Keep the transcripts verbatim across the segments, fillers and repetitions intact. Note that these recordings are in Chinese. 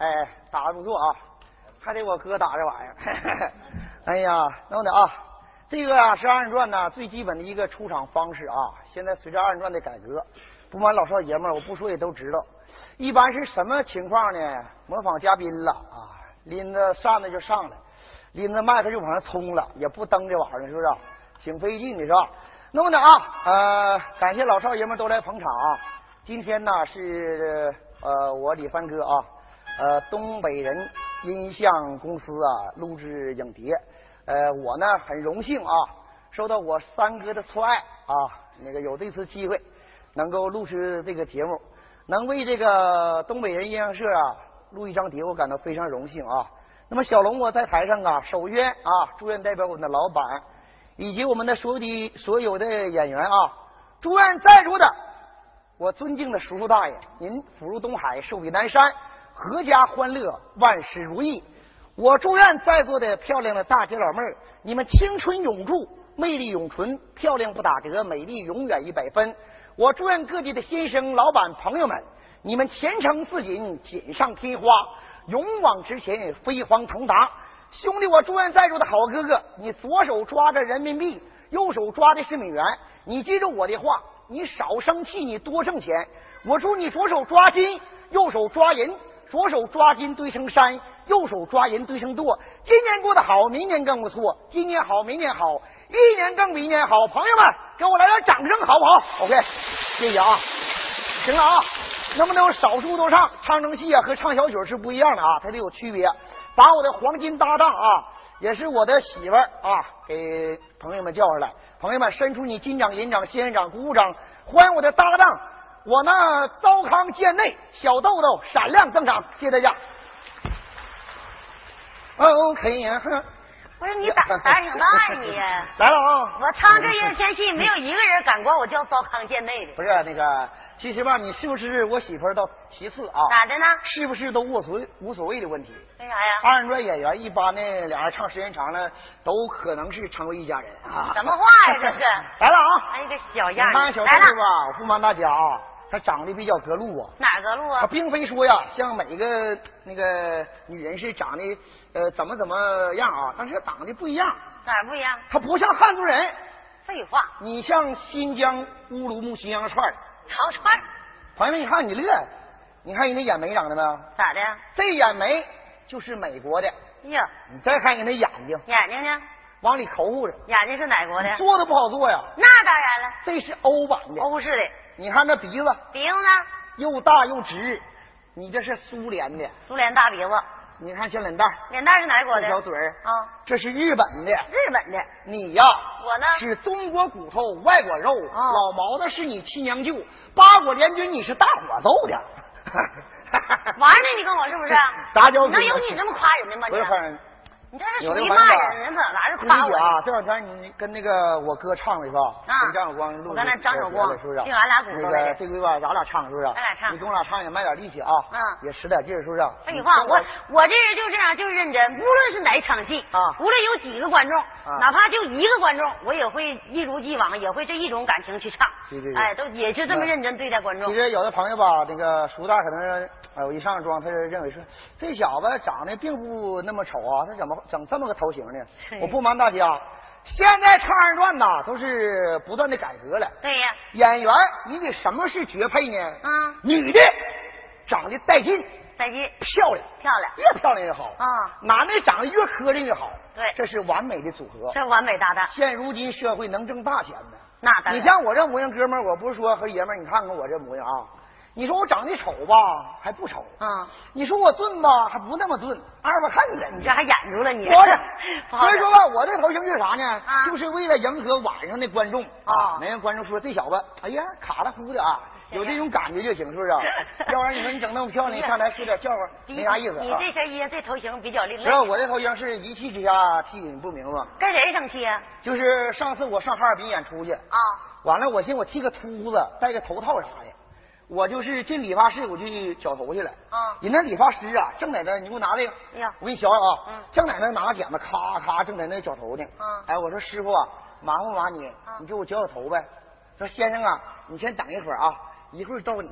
哎，打的不错啊，还得我哥打这玩意儿。哎呀，等等啊，这个啊是二人转呢最基本的一个出场方式啊。现在随着二人转的改革，不瞒老少爷们儿，我不说也都知道。一般是什么情况呢？模仿嘉宾了啊，拎着扇子就上来，拎着麦克就往上冲了，也不蹬这玩意儿，是不是？挺费劲的是吧？那么呢啊，呃，感谢老少爷们都来捧场啊。今天呢是呃我李三哥啊，呃东北人音像公司啊录制影碟，呃我呢很荣幸啊，受到我三哥的错爱啊，那个有这次机会能够录制这个节目，能为这个东北人音像社啊录一张碟，我感到非常荣幸啊。那么小龙我在台上啊，首先啊祝愿代表我们的老板以及我们的所有的所有的演员啊，祝愿在座的我尊敬的叔叔大爷，您福如东海，寿比南山，阖家欢乐，万事如意。我祝愿在座的漂亮的大姐老妹儿，你们青春永驻，魅力永存，漂亮不打折，美丽永远一百分。我祝愿各地的先生、老板、朋友们，你们前程似锦，锦上添花，勇往直前，飞黄腾达。兄弟，我祝愿在座的好哥哥，你左手抓着人民币，右手抓的是美元，你记住我的话，你少生气，你多挣钱。我祝你左手抓金，右手抓银，左手抓金堆成山，右手抓银堆成垛。今年过得好，明年更不错，今年好，明年好，一年更比一年好。朋友们，给我来点掌声好不好 ？OK， 谢谢啊。行了啊，能不能少数都唱？唱正戏啊和唱小曲是不一样的啊，它得有区别。把我的黄金搭档啊，也是我的媳妇儿啊，给朋友们叫上来。朋友们，伸出你金掌、银掌、仙人掌，鼓鼓掌，欢迎我的搭档，我呢糟糠贱内小豆豆闪亮登场，谢谢大家。OK 呀， 不是你胆胆挺大呀你！ 来了啊！ 我唱这一天戏，没有一个人敢管我叫糟糠贱内的。 不是那个。其实吧，你是不是我媳妇儿倒其次啊？ 咋的呢？ 是不是都无所无所谓的问题？ 为啥呀？ 二人转演员一般呢，俩人唱时间长了，都可能是成为一家人啊。 什么话呀这是？ 来了啊！ 哎，这小样儿！ 你看小豆子吧，我不瞒大家啊，他长得比较隔路啊。 哪儿隔路啊？ 他并非说呀，像每个那个女人是长得呃怎么怎么样啊，但是长得不一样。 哪儿不一样？ 他不像汉族人。 废话。 你像新疆乌鲁木齐羊肉串。 长串。 朋友们，你看你乐，你看人家眼眉长得没有？ 咋的？ 这眼眉就是美国的。 呀， 你再看人家眼睛， 眼睛呢？ 往里抠乎着。 眼睛是哪国的？ 做的不好做呀。 那当然了， 这是欧版的， 欧式的。 你看这鼻子， 鼻子呢？ 又大又直，你这是苏联的。 苏联大鼻子。 你看小脸蛋， 脸蛋是哪国的？ 小嘴儿啊， 这是日本的。 日本的。 你呀， 我呢是中国骨头外国肉， 哦、 老毛子是你亲娘舅，八国联军你是大伙揍的。 玩呢？你跟我是不是？ 杂交能有你这么夸人的吗？ 不是夸人。 你这是属于骂人，人怎么哪是夸我啊？这两天你跟那个我哥唱的是吧？ 啊， 跟张晓光录的。 我跟那张晓光是不是？ 就俺俩鼓那个这回吧，咱俩唱是不是？ 咱俩唱。 你跟我俩唱也卖点力气啊。 嗯。 也使点劲是不是？ 废话，我我这人就这样，就是认真。无论是哪场戏啊， 无论有几个观众，哪怕就一个观众，我也会一如既往，也会这一种感情去唱。 对对对。 哎，都也就这么认真对待观众。 其实有的朋友吧，那个叔大可能，哎，我一上妆，他就认为说这小子长得并不那么丑啊，他怎么整这么个头型？我不瞒大家，现在唱二人转呐都是不断的改革了。 对呀， 演员你得什么是绝配呢？ 嗯， 女的长得带劲， 带劲， 漂亮， 漂亮， 越漂亮越好啊。 男的长得越磕碜越好， 对， 这是完美的组合， 这完美搭档。 现如今社会能挣大钱的， 那当然。 你像我这模样，哥们儿，我不是说和爷们儿，你看看我这模样啊。你说我长得丑吧，还不丑啊、嗯？ 你说我俊吧，还不那么俊，二八看着。 你这还演住了你？ 不是，所以说吧，我这头型是啥呢？ 啊、 就是为了迎合晚上的观众啊。 那让观众说这小子，哎呀，卡拉呼的啊，有这种感觉就行，是不是？要不然你说你整那么漂亮，你上来说点笑话，没啥意思、啊。 你这身衣这头型比较另类。 知道我这头型是一气之下替你不明白。 跟谁生气啊？ 就是上次我上哈尔滨演出去啊，完了我寻思我剃个秃子，戴个头套啥的。我就是进理发室，我去绞头去了。 啊， 人那理发师啊，正在那，你给我拿这个。 哎呀， 我给你瞧瞧啊。 嗯。 正在那拿剪子，咔咔，正在那绞头呢。 啊。 哎，我说师傅啊，麻烦不麻烦你？ 啊。 你给我绞绞头呗。说先生啊，你先等一会儿啊，一会儿到你的了。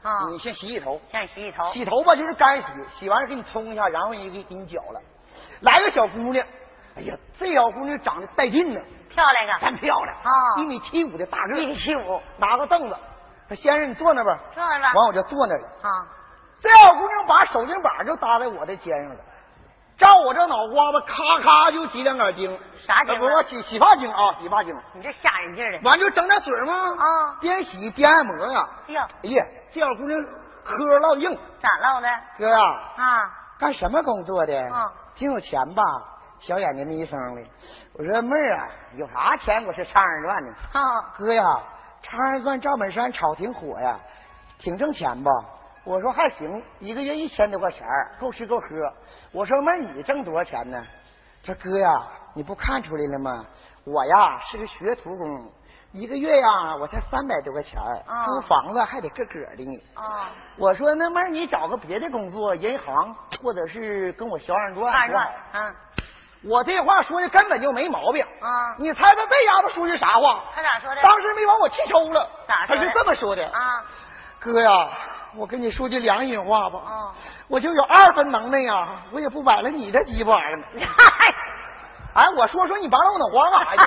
啊， 你先洗洗头， 先洗洗头， 洗头吧就是干洗，洗完了给你冲一下，然后也给给你搅了。来个小姑娘，哎呀，这小姑娘长得带劲呢， 漂亮啊， 真漂亮啊， 一米七五的大个， 一米七五， 拿个凳子，说先生你坐那边， 坐那边， 完我就坐那里啊。 这小姑娘把手巾板就搭在我的肩上了，照我这脑瓜子咔咔就挤两杆精， 啥精、啊？ 不是洗洗发精啊，洗发精。 你这吓人劲儿的。 完就整点水吗？ 啊， 边洗边按摩呀。 哎呀， 哎呀，这小姑娘嗑烙硬。 咋烙的？ 哥呀， 啊， 干什么工作的？ 啊， 挺有钱吧？小眼睛眯生的。我说妹儿啊，有啥钱？我是唱二段的。 啊， 哥呀，唱二段赵本山炒挺火呀，挺挣钱吧？我说还行，一个月一千多块钱，够吃够喝。我说妹儿，你挣多少钱呢？这哥呀，你不看出来了吗？我呀是个学徒工，一个月呀我才三百多块钱， 啊、 租房子还得个个的呢。 啊， 我说那妹儿，你找个别的工作，银行或者是跟我学二段。 二段，嗯。 我这话说的根本就没毛病啊！ 你猜猜这丫头说句啥话？ 他咋说的？ 当时没把我气抽了。 咋说的？ 他是这么说的啊， 哥呀，我跟你说句良心话吧， 哦、 我就有二分能耐呀，我也不买了你这鸡巴玩意儿。哎，我说说你拔了我脑瓜干啥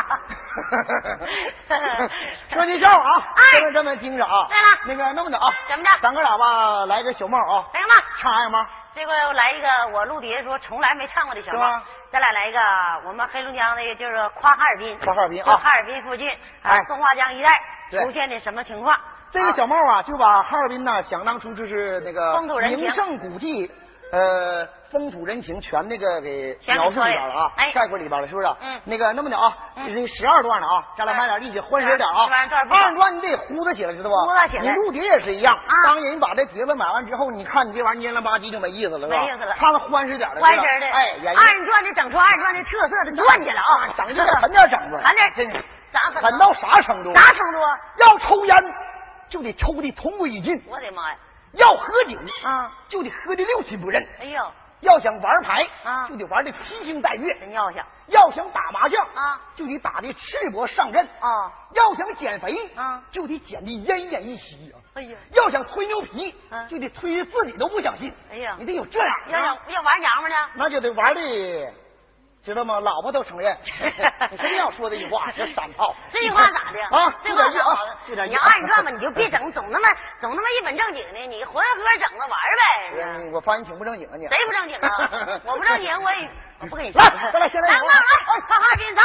去？说句笑话啊，不能这么精神啊。 对了， 那个那么的啊， 怎么着？ 咱哥俩吧，来个小帽啊。 来个帽， 唱啥帽？ 这个来一个我陆蝶说从来没唱过的小帽，咱俩来一个我们黑龙江的，就是夸哈尔滨， 夸哈尔滨啊， 哈尔滨附近啊，松花江一带出现的什么情况？ 这个小帽啊，就把哈尔滨呢，想当初就是那个风土人情、 名胜古迹，呃，风土人情全那个给描述里边了啊， 哎， 概括里边了，是不是？ 嗯。 那个那么的啊，这是十二段的啊，咱俩卖点力气，欢实点啊。二段你得呼得起来，知道吧？ 呼得起来。 你陆蝶也是一样，当人把这碟子买完之后，你看你这玩意儿蔫了吧唧就没意思了，是吧？ 没意思了。 唱的欢实点的。 欢实的。 哎， 二段的整出二段的特色的段去了啊， 整就得狠点整子， 狠点， 真是。 咋狠？ 狠到啥程度？ 啥程度？ 要抽烟就得抽的同归于尽。 我的妈呀！ 要喝酒啊， 就得喝的六亲不认。 哎呦， 要想玩牌啊， 就得玩的披星戴月。 真要想。 要想打麻将啊， 就得打的赤膊上阵。 啊， 要想减肥啊， 就得减的奄奄一息啊。 哎呀， 要想吹牛皮啊， 就得吹的自己都不相信。 哎呀， 你得有这样。 要想要玩娘们呢， 那就得玩的。知道吗？老婆都承认。你这样说这句话是山炮。 这句话咋的啊？ 这话咋啊？ 你要二人转吧，你就别整总那么总那么一本正经的，你混合整着玩呗。 我发现你挺不正经啊你。 谁不正经啊？我不正经，我也我不跟你说。 来，咱俩现在来，来，来，哈哈，边走。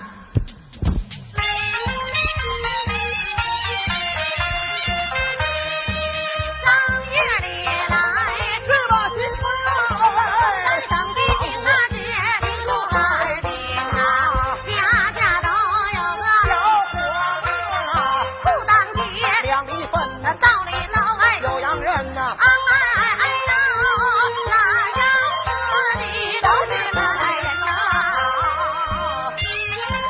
正月里来， 是吧？新春上的景啊，是出哈尔滨啊，家家都有个小火锅， 裤裆底两一份， 那道里老外有洋人呐。 哎呦，那洋子的都是来人呐。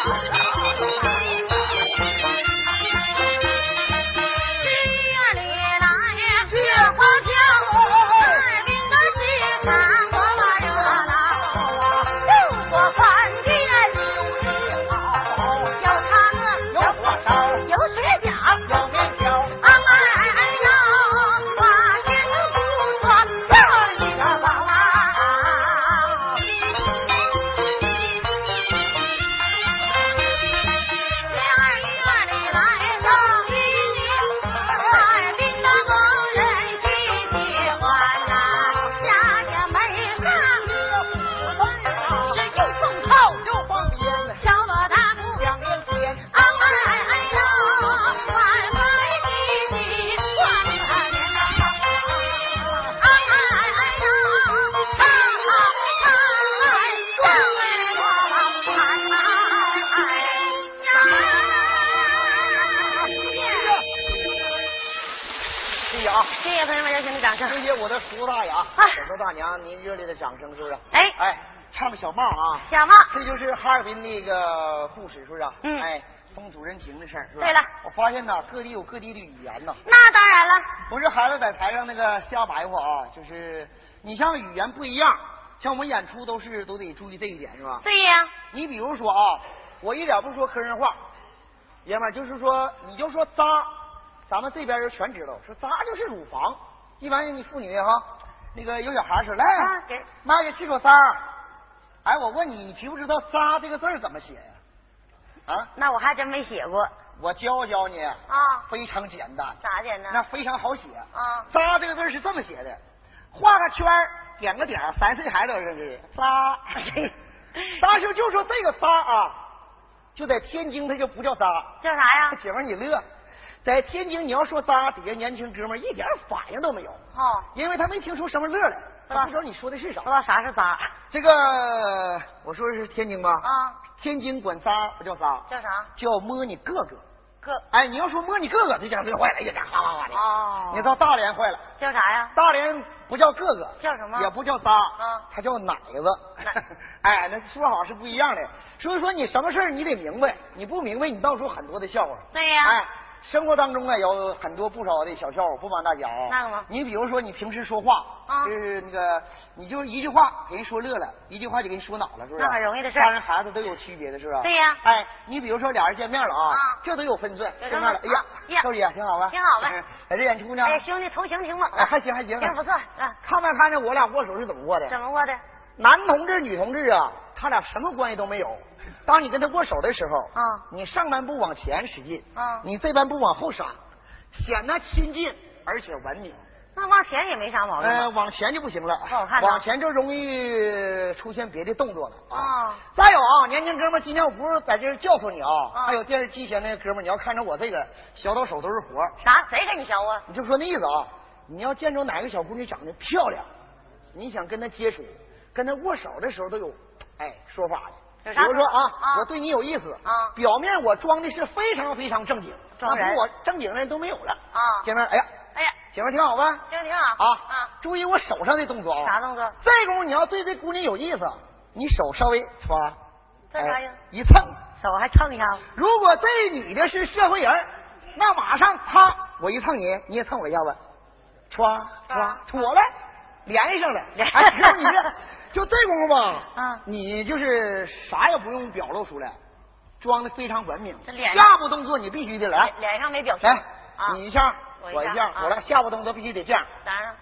谢谢我的叔大爷啊，小周大娘，您热烈的掌声是不是？ 哎哎，唱小帽啊， 小帽， 这就是哈尔滨的一个故事，是不是？ 嗯， 哎，风土人情的事儿，是吧？ 对了， 我发现呐，各地有各地的语言呐。 那当然了， 不是孩子在台上那个瞎白话啊，就是你像语言不一样，像我们演出都是都得注意这一点，是吧？ 对呀。 你比如说啊，我一点不说坑人话，爷们儿，就是说你就说扎，咱们这边人全知道，说扎就是乳房。一般人你妇女哈，那个有小孩说来， 啊、给妈给吃口沙。哎，我问你，你知不知道“扎”这个字怎么写呀？啊？ 那我还真没写过。 我教教你啊，非常简单。 咋简单？ 那非常好写啊。 扎这个字是这么写的，画个圈点个点三岁孩子都认识。扎，当时就说这个扎啊，就在天津它就不叫扎， 叫啥呀？ 姐们你乐。在天津，你要说扎，底下年轻哥们一点反应都没有。 哦， 因为他没听出什么乐来，他不知道你说的是啥。 不知道啥是扎。 这个我说的是天津吧？ 啊， 天津管扎不叫扎， 叫啥？ 叫摸你哥哥。 哥， 哎，你要说摸你哥哥，这家最坏了，一家哗哗哗的。 哦， 你到大连坏了， 叫啥呀？ 大连不叫哥哥， 叫什么？ 也不叫扎， 啊， 它叫奶子。哎，那说法是不一样的。所以说你什么事儿你得明白，你不明白你到时候很多的笑话。 对呀。 哎。生活当中啊，有很多不少的小笑话，不瞒大家啊。 那个吗？ 你比如说，你平时说话， 啊， 就是那个，你就一句话给人说乐了，一句话就给人说恼了，是不是？ 那很容易的事。 当然，孩子都有区别的，是不是？ 对呀。 哎，你比如说俩人见面了啊， 啊， 这都有分寸。见面了，哎呀，少姐挺好吧？ 挺好吧？ 在这演出呢。 哎，兄弟头型挺猛。 哎，还行还行。 挺不错。啊， 看没看着我俩握手是怎么握的？ 怎么握的？ 男同志、女同志啊，他俩什么关系都没有。当你跟他握手的时候， 啊， 你上半部往前使劲， 啊， 你这半部往后闪。显得亲近而且文明， 那往前也没啥毛病。 呃，往前就不行了， 不好看。 往前就容易出现别的动作了啊。 再有啊，年轻哥们，今天我不是在这儿教唆你啊， 啊还有电视机前那哥们，你要看着我这个小到手都是活。 啥？谁跟你学啊？ 你就说那意思啊，你要见着哪个小姑娘长得漂亮，你想跟她接触，跟她握手的时候都有哎说法的。比如说啊， 啊我对你有意思啊， 表面我装的是非常非常正经， 装人， 我正经的人都没有了啊。 姐妹，哎呀， 哎呀， 姐妹挺好吧？ 挺挺好啊啊！ 注意我手上的动作啊！ 啥动作？ 这功夫你要对这姑娘有意思，你手稍微歘， 这啥呀？ 一蹭， 手还蹭一下。 如果这女的是社会人，那马上她我一蹭你，你也蹭我一下子，歘歘，妥了，联系上了。哎，哥你这。就这功夫吧， 啊， 你就是啥也不用表露出来，装的非常文明。 脸下步动作你必须得来， 脸上没表情。 来， 啊、 你一下， 我一下，我来，下步动作必须得这样。 当然。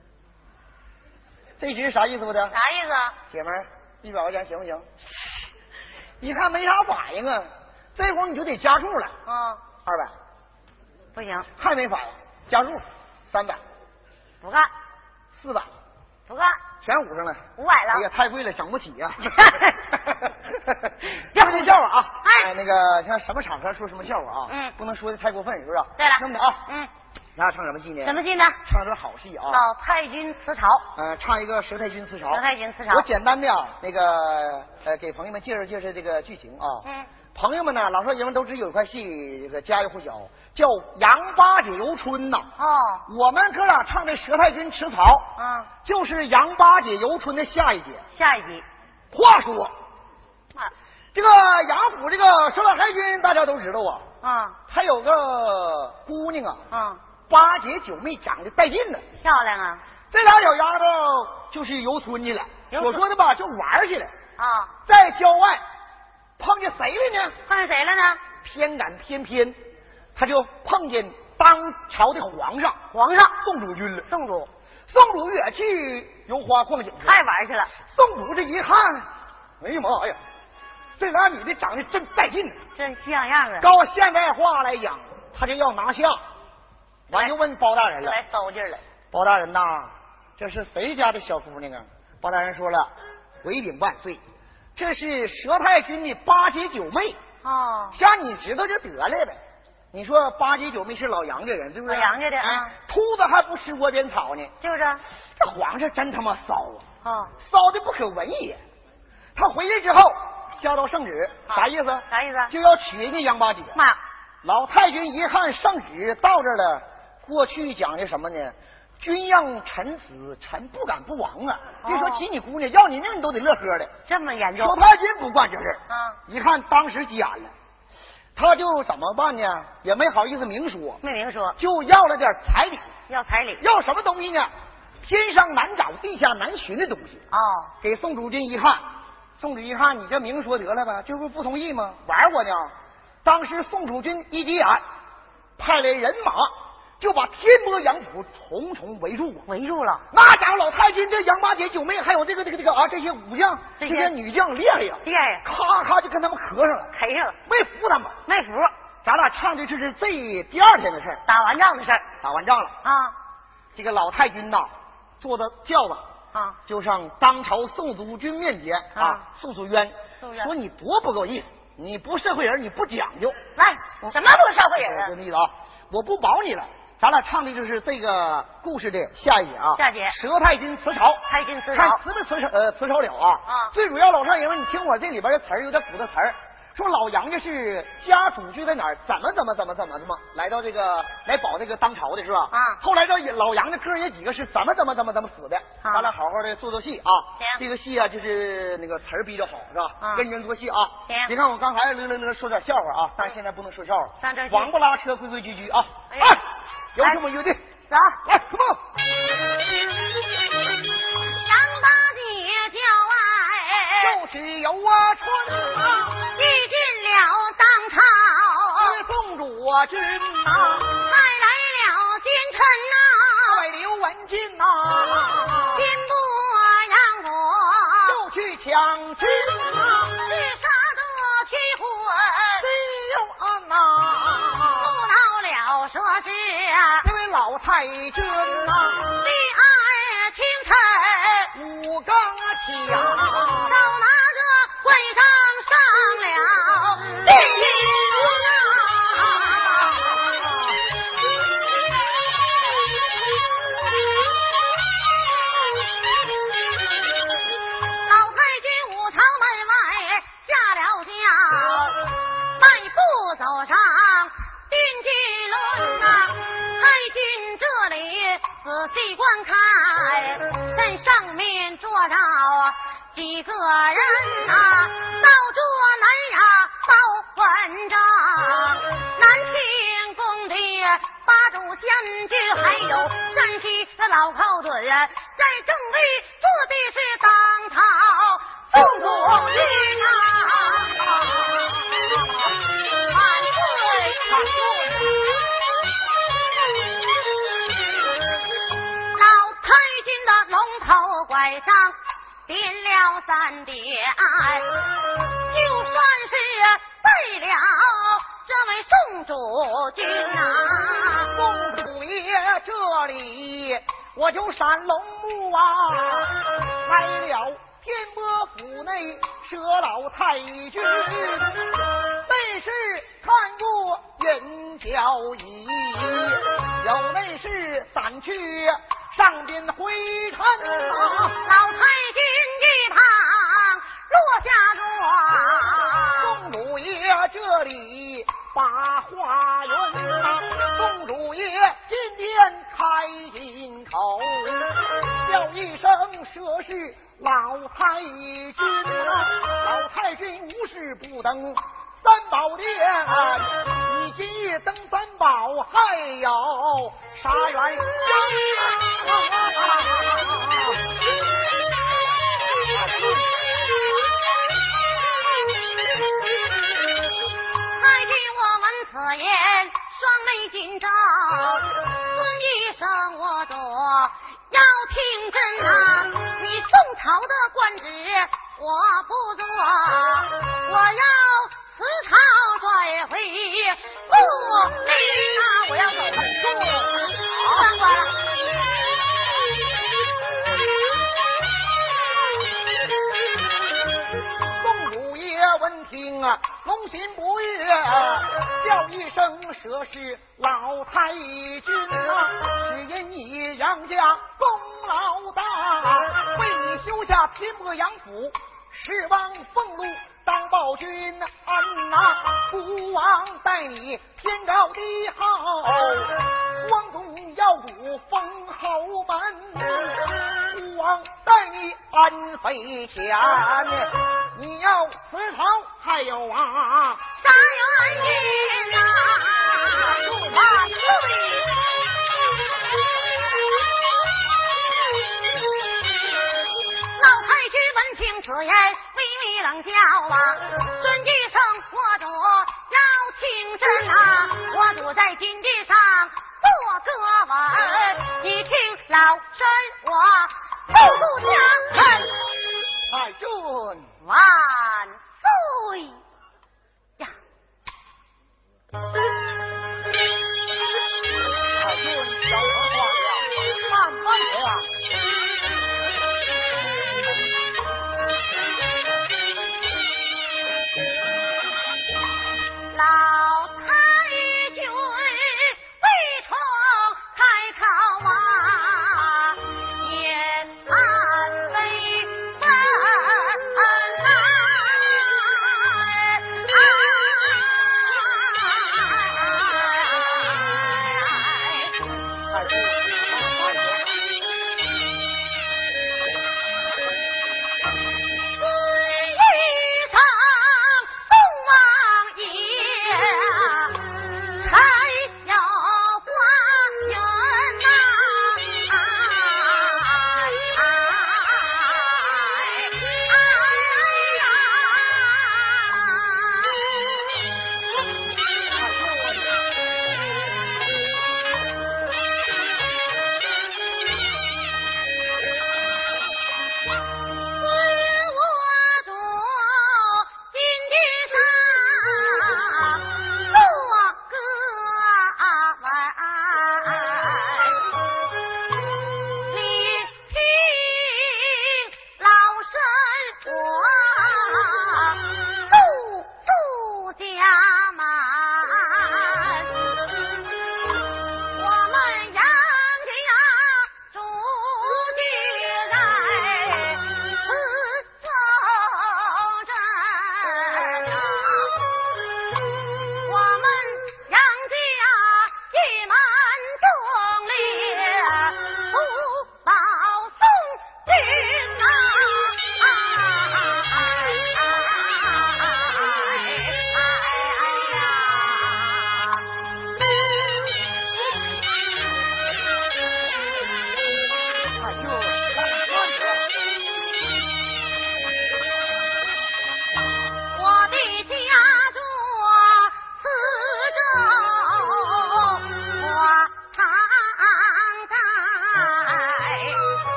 这是啥意思不的？ 啥意思啊？ 姐们儿，一百块钱行不行？一看没啥反应啊，这会儿你就得加注了。 啊、 嗯，二百。 不行。 还没反应，加注三百。 不干。 四百。 不干。 全捂上了， 五百了。 哎呀，太贵了，整不起呀、啊。说这笑话啊，哎，那个像什么场合说什么笑话啊， 嗯， 不能说的太过分，是不是？ 对了， 那么的啊， 嗯， 那唱什么戏呢？ 什么戏呢？ 唱段好戏啊。 到太君辞朝。 呃，唱一个佘太君辞朝。 佘太君辞朝。 我简单的啊，那个呃，给朋友们介绍介绍这个剧情啊。 嗯。 朋友们呢，老少爷们都知有一块戏，这个家喻户晓，叫《杨八姐游春》呐。 哦。 我们哥俩唱的佘太君辞朝， 嗯， 就是杨八姐游春的下一节。 下一集。 话说， 啊， 这个杨府这个家都知道啊。 啊， 他有个姑娘啊， 啊， 八姐九妹，长得带劲呢， 漂亮啊。 这俩小丫头就是游村去了，我说的吧，就玩去了啊， 在郊外碰见谁了呢？ 碰见谁了呢？ 偏赶偏偏，他就碰见当朝的皇上， 皇上宋主君了。 宋主， 宋主也去游花逛景去， 爱玩去了。 宋主这一看，哎呀妈呀，这俩女的长得真带劲， 真像样啊。 照现代话来讲，他就要拿下。完就问包大人了， 来骚劲了。 包大人呐，这是谁家的小姑娘啊？包大人说了，回禀万岁，这是佘太君的八姐九妹。 哦， 像你知道就得了呗。你说八姐九妹是老杨家人，是不是？ 老杨家的啊、 哎。秃子还不吃窝边草呢， 就是。 这皇上真他妈骚啊！ 哦， 骚的不可文也。他回去之后下到圣旨，啥意思？ 啥意思？ 就要娶人家杨八姐。 妈， 老太君一看圣旨到这儿了，过去讲的什么呢？君让臣死，臣不敢不亡啊！别、哦、说起你姑娘，要你命你都得乐呵的。 这么严重？ 佘太君不惯这事啊， 一看当时急眼了，他就怎么办呢？也没好意思明说， 没明说， 就要了点彩礼。 要彩礼？ 要什么东西呢？天上难找，地下难寻的东西。 哦， 给宋主君一看，宋主君一看，你这明说得了吧？这不不同意吗？玩我呢！当时宋主君一急眼，派来人马。就把天波杨府重重围住， 围住了。 那家伙老太君、这杨八姐、九妹，还有这个这个这个啊，这些武将、这些女将厉害呀， 厉害呀！ 咔咔就跟他们磕上了， 磕上了， 没服他们， 没服。 咱俩唱的这是这第二天的事儿， 打完仗的事儿， 打完仗了啊。 这个老太君呐，坐着轿子啊， 就上当朝宋主君面前啊诉诉冤，说你多不够意思，你不社会人，你不讲究。 来，什么不社会人啊？ 这意思啊，我不保你了。咱俩唱的就是这个故事的下一节啊， 下节佘太君辞朝， 太君辞朝， 看辞没辞朝呃辞朝了啊啊！ 最主要老少爷们，你听我这里边的词儿有点古的词儿，说老杨家是家主居在哪儿，怎么怎么怎么怎么怎么来到这个来保这个当朝的是吧？ 啊！ 后来这老杨家哥爷几个是怎么怎么怎么怎么死的？啊、咱俩好好的做做戏啊！ 行， 这个戏啊就是那个词儿比较好是吧？ 啊， 认真做戏啊！ 行， 别看我刚才乐乐乐说点笑话啊，但是现在不能说笑话， 上这王八拉车规规矩矩啊！ 哎啊有什么乐队？ 走， 来，come on！ 杨八姐叫爱， 就是有啊春啊， 一进了当朝， 宋主君呐， 派来了奸臣呐， 外刘文静呐， 兵部杨我就去抢军啊， 去杀得驱魂， 只有安呐， 不恼了说是这位老太君呐， 第二清晨五更起呀， 手拿着会章上了令尹啊，老太君五朝门外下了轿，迈步走上金鸡轮啊，太君这里仔细观看，在上面坐着几个人啊，倒着南呀报文章，南清宫的八主仙君，还有山西的老寇准，在正位坐的是当朝宋主君啊，万岁万岁！老太君的龙头拐杖点了三点，就算是背了这位宋主君啊， 宋主爷这里我就闪龙目啊，来了天波府内佘老太君，内是看过云交椅，有内是散去上边回尘啊， 老太君一旁落下落，宋主爷这里把话云啊，宋主爷今天开金口，叫一声佘是老太君啊，老太君无事不登三宝殿，你今日登三宝，还要杀元宵还听我们此言，双眉紧皱，孙医生我多要听真啊！你宋朝的官职我不做，我要辞朝拽回故里啊！我要走很住，当官了。 宋主爷闻听啊，龙心不悦，叫一声佘氏老太君啊，只因你杨家功劳大，为你修下天波杨府，是望俸禄当报君恩呐，不枉待你天高地厚，王宗耀主封侯门，不枉待你安妃前，你要辞朝还有啊杀元英啊，万岁！老太君闻听此言，微微冷笑啊，孙医生我主要听真啊，我主在金地上做个稳，你听老身我速速将臣太君万岁呀！ 太君小说话了，慢慢说啊。 老太君为宠开考啊，也参为分啊！ 太君慢慢说。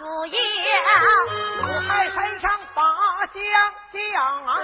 不要五海山上把将将啊，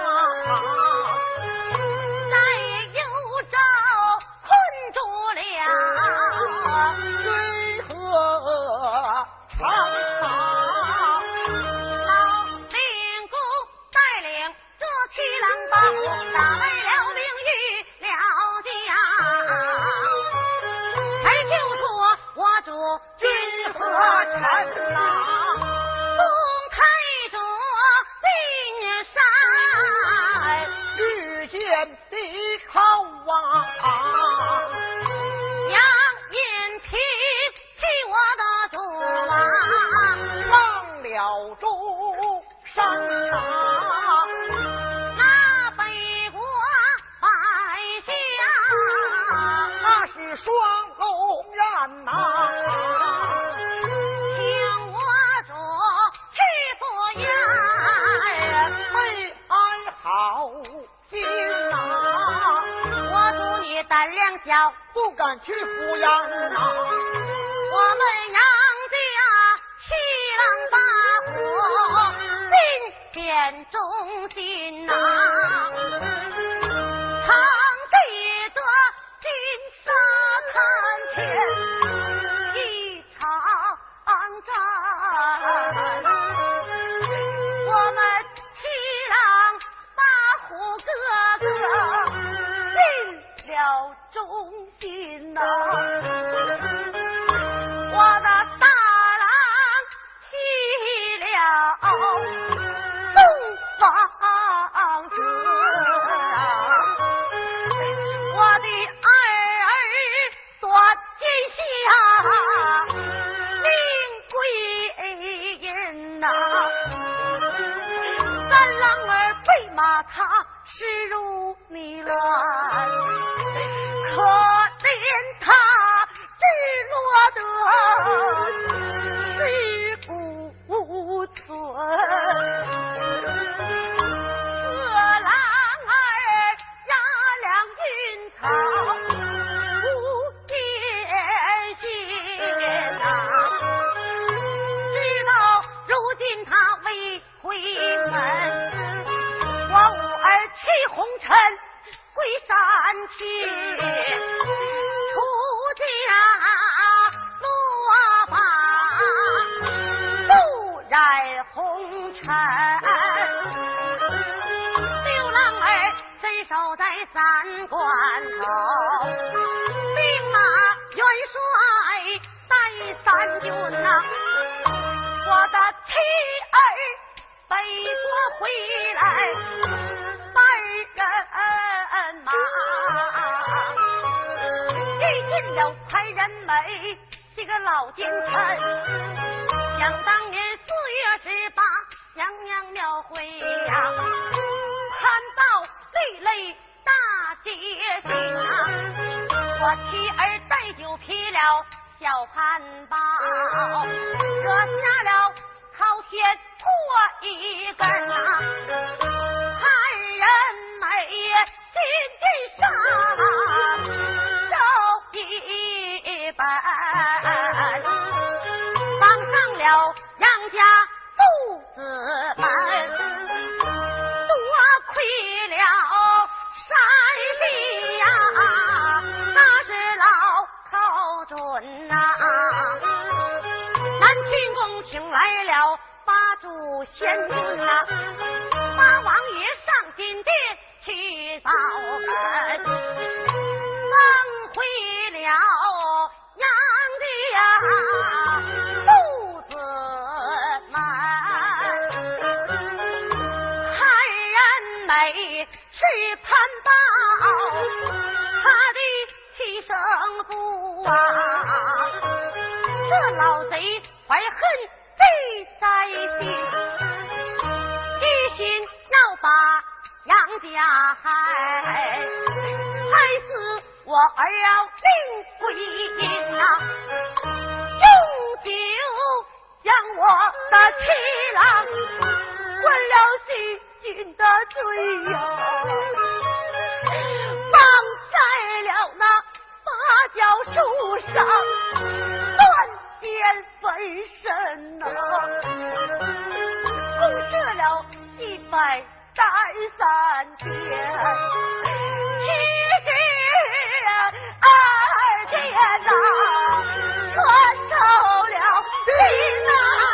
再有招困住了水河长啊， 老令公带领这七郎八虎打败了名誉了家，才救出我主君和臣啊， 公开着金山， 遇见敌寇啊， 杨银平替我的主啊， 上了中山啊， 那北国百姓那是双龙人呐、 请我主去赴宴， 为安好心呐、 我主你胆量小， 不敢去赴宴呐、 我们杨家七郎八虎并肩忠心呐、常记得金沙滩前一场战，我们七郎八虎哥哥尽了忠心呐、我的大郎起了东方子，我的二儿夺天下命归阴呐，三郎儿被马踏势如泥乱，可怜他只落得尸骨存。四郎儿压粮云草无边心呐，直到如今他未回门，我五儿弃红尘归山去，出家落发不染红尘，六郎儿身守在三关头，兵马元帅在三军呐，我的妻儿北国回来三人马，遇见了才人美这个老奸臣，想当年四月十八娘娘庙会呀，看到泪泪大街心啊，我妻儿带酒劈了小潘宝，惹下了朝天过一根啊，看人美金金上手一本，绑上了杨家父子们，多亏了山西呀，那是老寇准呐、南清宫请来了八柱仙君呐、八王爷上金殿去报恩，送回了杨家父子们，看人美是潘宝他的亲生父啊，这老贼怀恨背在心，一心要把杨家害，害死我儿要命归阴啊，永久将我的七郎关了细菌的罪呀、放在了那芭蕉树上断剑分身呐、啊，共设了一百单三天，其实二姐呐，穿透了心呐。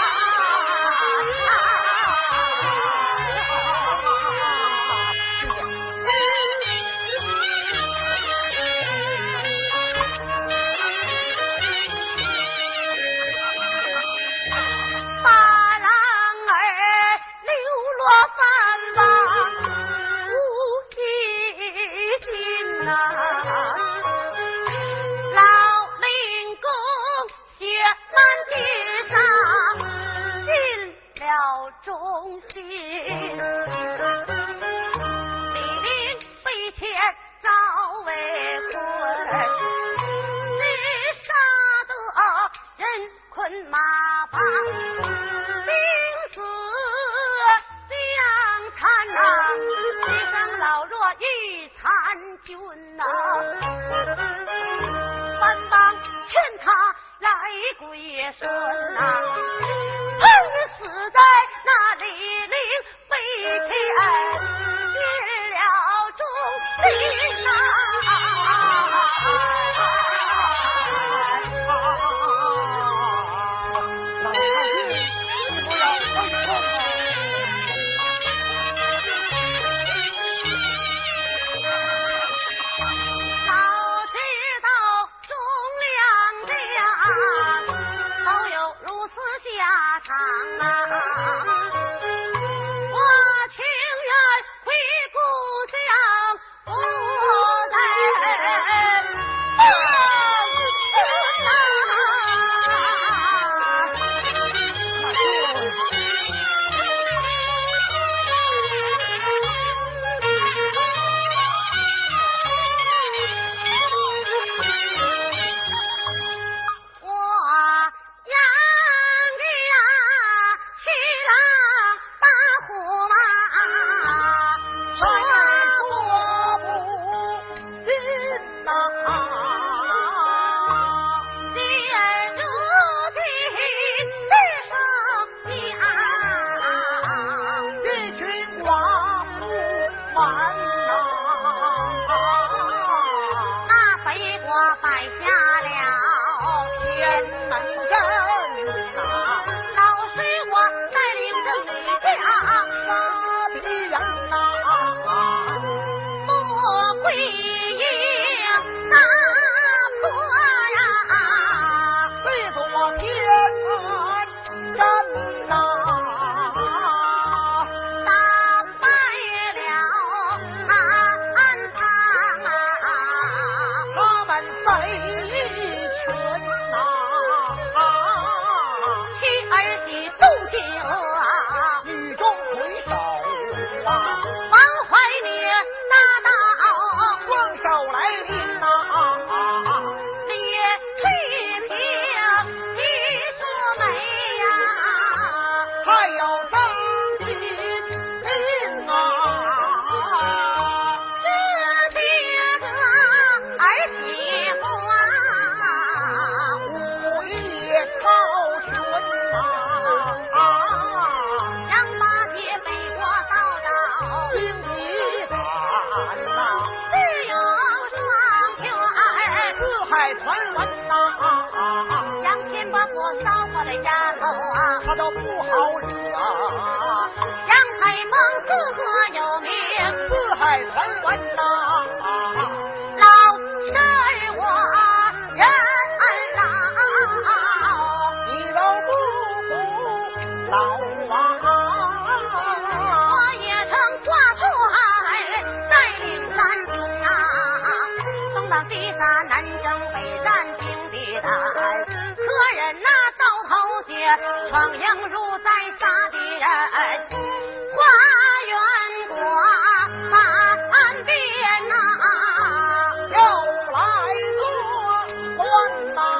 闯营如在杀敌人，花园过满边呐， 又来做官呐，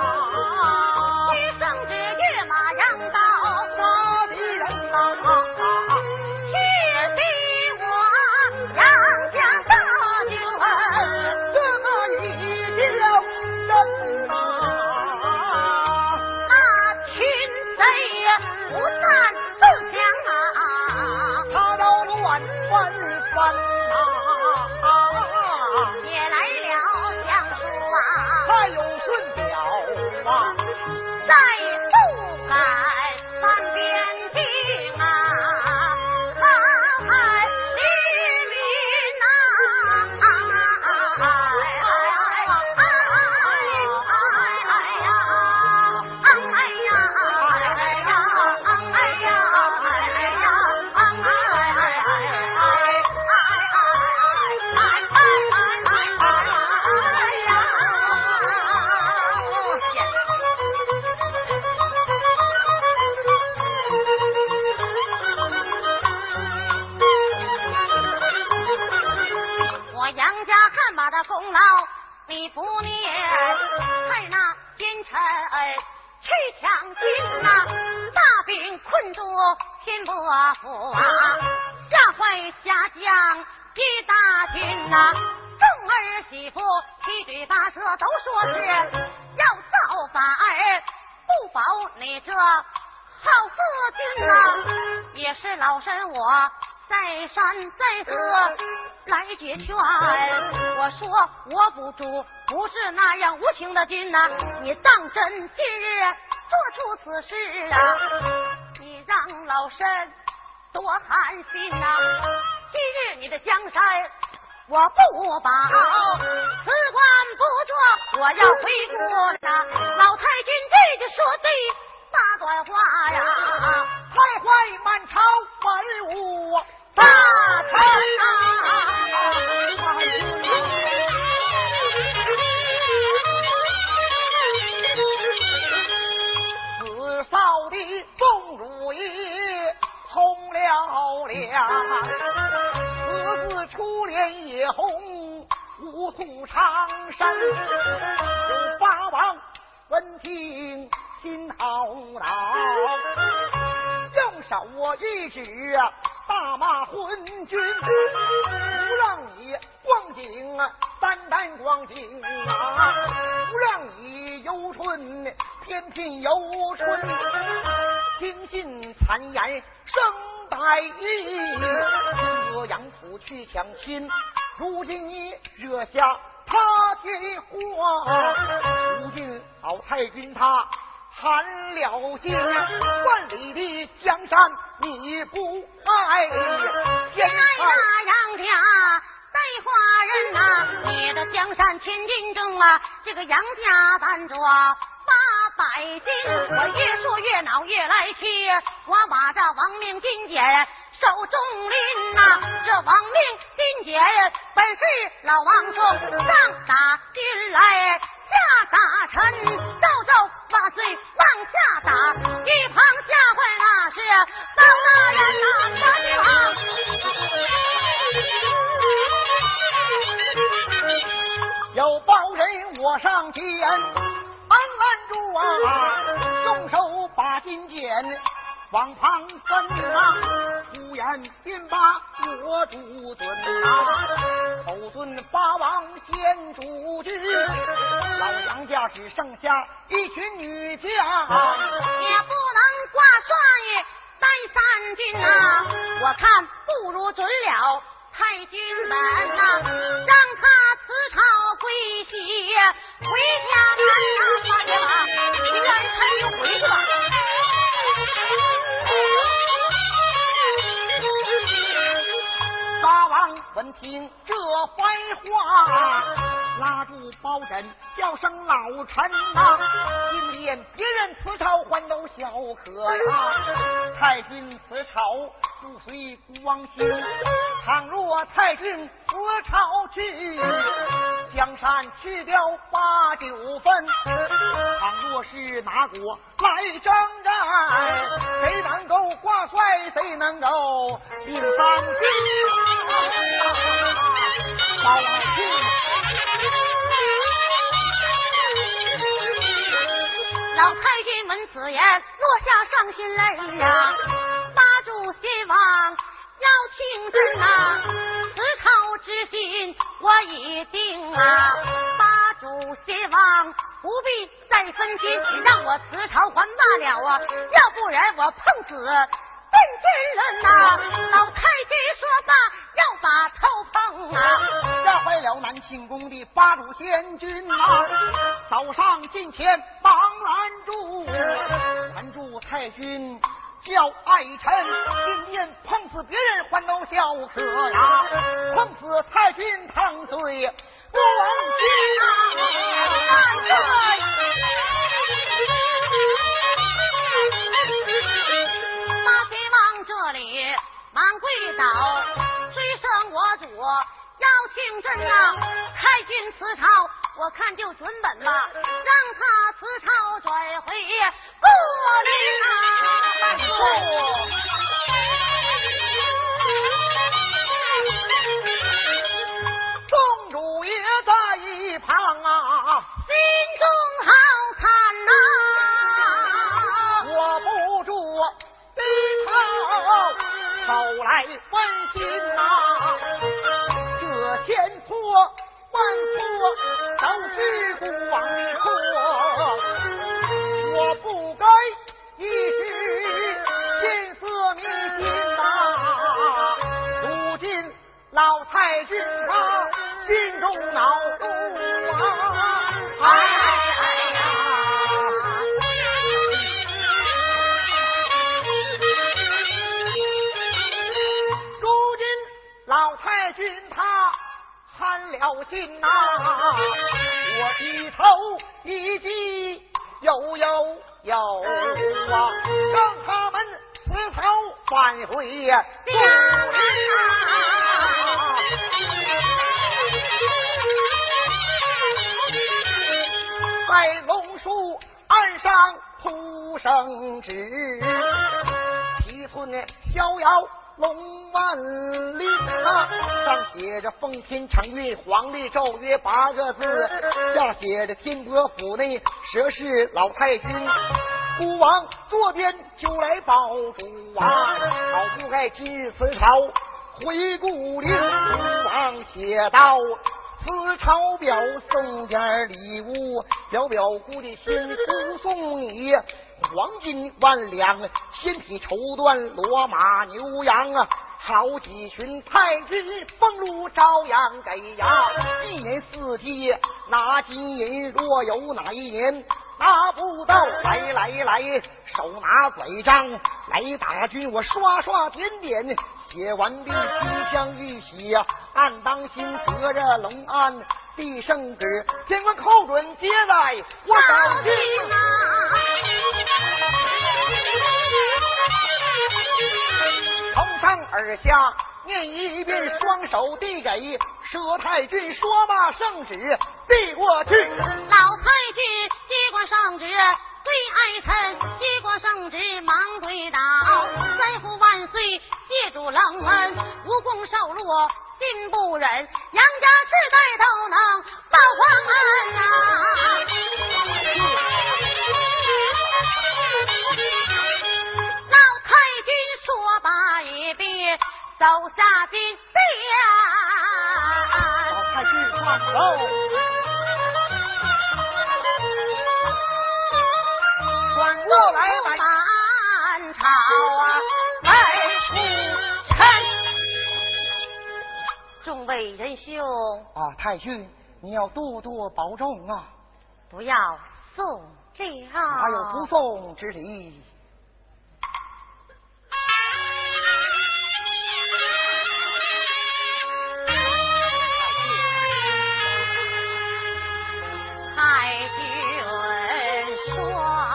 一生只跃马扬刀杀敌人呐， 切记我杨家大军， 这个一定真呐。 不散自强啊， 他扰乱纷纷啊， 也来了相书啊， 还有顺表啊， 再不敢翻边境啊，航海黎民呐，哎呀，哎我杨家看马的功劳你不念，还那奸臣去抢金呐，大兵困住天伯府啊，吓坏下将一大军呐，众儿媳妇七嘴八舌都说是要造反儿，不保你这好色君呐，也是老身我再三再四来解劝，我说我不主不是那样无情的君呐，你当真今日做出此事啊，你让老身多寒心呐，今日你的江山我不保，此官不做我要回国呐，老太君这就说对大短话呀， 徘徊满朝文武大臣啊， 子少的宋如意红了脸，此子初恋也红五素长衫，有八王闻听心好恼，用手我一指大骂昏君，不让你光景单单光景啊，不让你游春偏偏游春，听信谗言生歹意，这杨府去抢亲，如今你惹下他天祸，如今老太君他寒了心，万里的江山你不爱， 现在那杨家带花人呐、啊，你的江山千斤重啊，这个杨家担着八百斤，我越说越恼越来气，我把这亡命金姐手中拎呐、啊，这亡命金姐本是老王兄上打进来下打沉，招招万岁往下打，一旁吓坏那是包大人呐，大女王有包人我上前安拦住啊，用手把金剑往旁分啊，忽然便把我主尊啊，口尊八王先主之，老杨家只剩下一群女将， 也不能挂帅带三军啊，我看不如准了太君们呐、啊，让他辞朝归西回家南呐，大姐吧，你让人看就回去吧。 八王闻听这番话，拉住包拯叫声老臣啊，今天别人辞朝还都小可呀，太君辞朝不随孤王心，倘若太君辞朝去，江山去掉八九分，倘若是拿国来征战，谁能够挂帅，谁能够定三军，老君老太君闻此言落下伤心泪呀，八主希望要听真呐，辞朝之心我已定啊，八主希望不必再分心，让我辞朝还罢了啊！要不然我碰死邓金人呐！老太君说罢要把头碰啊！ 吓坏了南庆宫的八主仙君啊！早上近前忙拦住，拦住太君。叫爱臣，今天碰死别人还都笑可呀，碰死太君烫罪不枉心啊！ 八贼往这里忙跪倒，追上我主要听真呐！太君辞朝，我看就准本了，让他辞朝转回故里啊！ 宗主也在一旁啊， 心中好惨呐、 啊，握不住低头手来问心呐、啊，这千错万错都是不枉错，我不该一时见色迷心呐，如今老太君他心中恼怒啊！哎哎呀！如今老太君他寒了心呐、啊，我低头一记有有有啊，让他们辞朝返回家啊！在龙树岸上铺圣旨，七寸逍遥龙万里啊，上写着奉天承运皇帝诏曰八个字，下写着天波府内佘氏老太君，孤王坐边就来保主啊，好不该今日辞朝回故陵。孤王写道：辞朝表送点礼物，表表姑的先护送你黄金万两，千匹绸缎，骡马牛羊啊，好几群太君俸禄照样给呀。一年四季拿金银，若有哪一年拿不到，来来来，手拿拐杖来打军，我刷刷点点写完毕，金香玉玺呀，暗当心隔着龙安地圣旨，天官寇准接在我手心啊！从上而下念一遍，双手递给佘太君，说罢圣旨递过去。 老太君接过圣旨，对爱臣接过圣旨，忙跪倒，三福万岁，谢主隆恩，无功受禄心不忍，杨家世代都能报皇恩啊！老太君说罢一遍，走下金殿。 老太君上走，转过来满朝啊，来出臣。众位仁兄啊，太君你要多多保重啊！ 不要送了， 哪有不送之理？ 太君说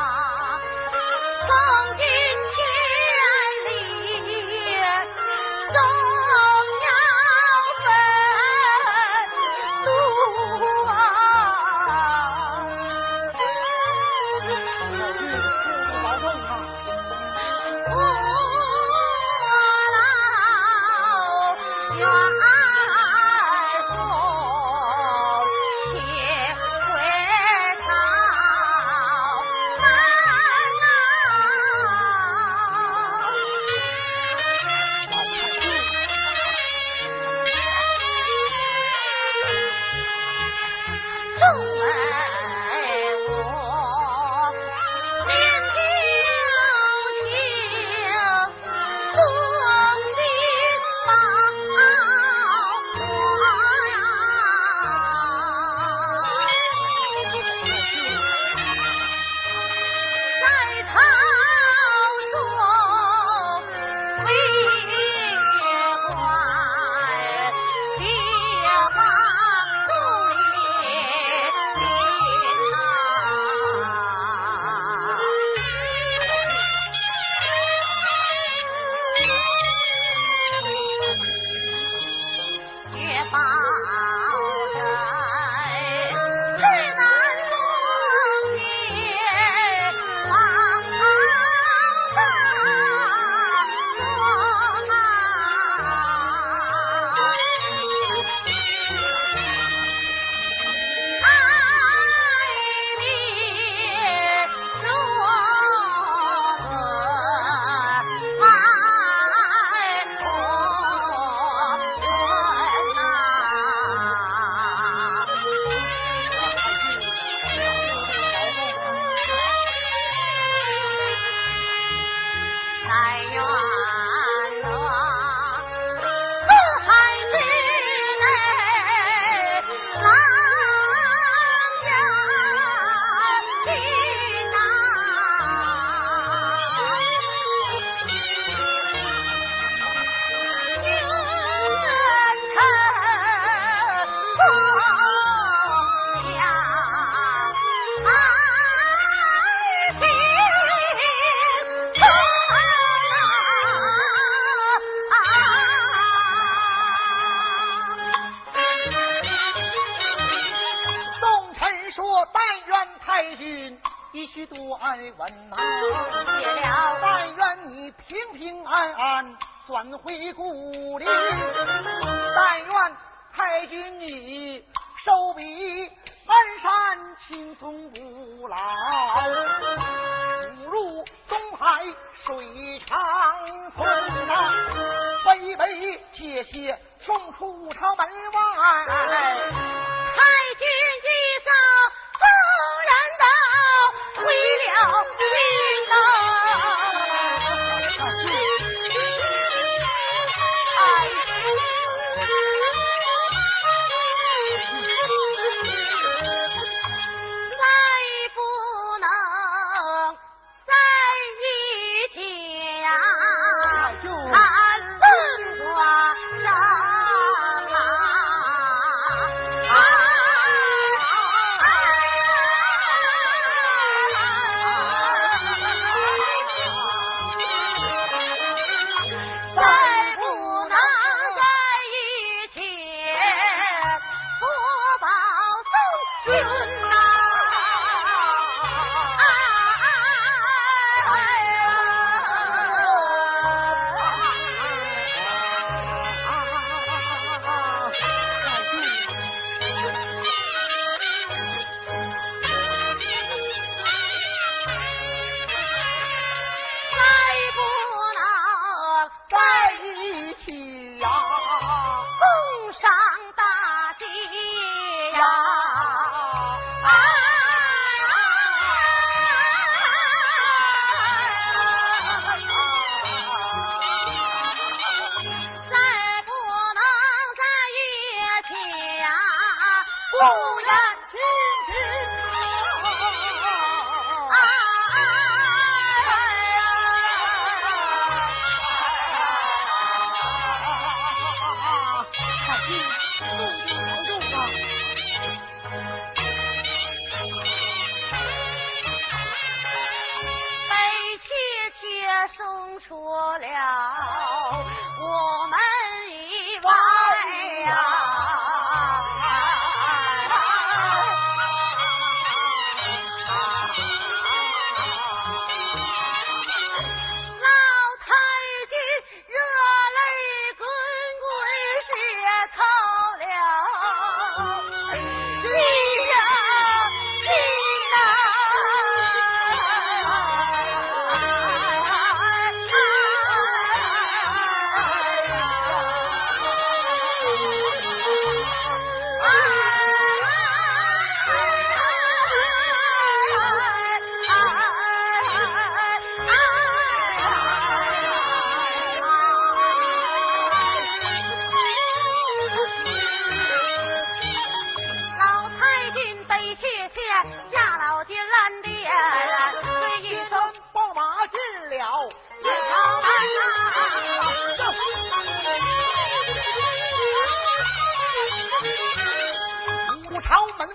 奉进千里，终要分路啊！ 太君多多保重啊！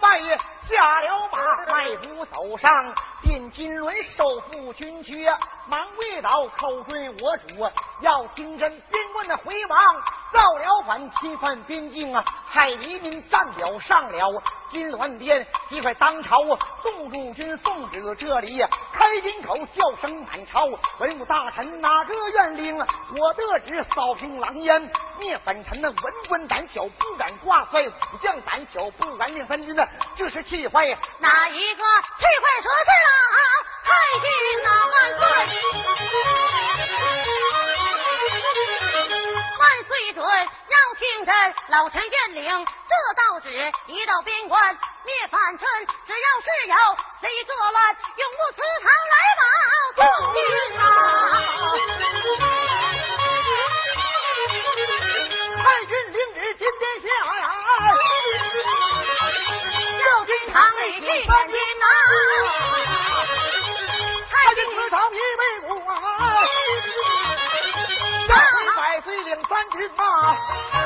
来下了马，迈步走上电金轮，收复军区，满未到口准我主，要听真边关的回王，造了反侵犯边境啊，害黎民战表上了金銮殿，击快当朝宋驻军送旨这里开金口，叫声满朝，文武大臣哪个愿领？我得旨扫平狼烟，灭本臣的文官胆小，不敢挂帅，武将胆小，不敢领三军的，这是气坏哪一个气坏说是郎太君呐万岁！万岁准要听真，老臣愿领这道旨，一到边关灭反臣，只要是有谁作乱，永不辞朝来保宋军呐！ 太君领旨今天下来， 要军堂里去三军呐！ 太君此场已被捕啊！百岁领三军啊！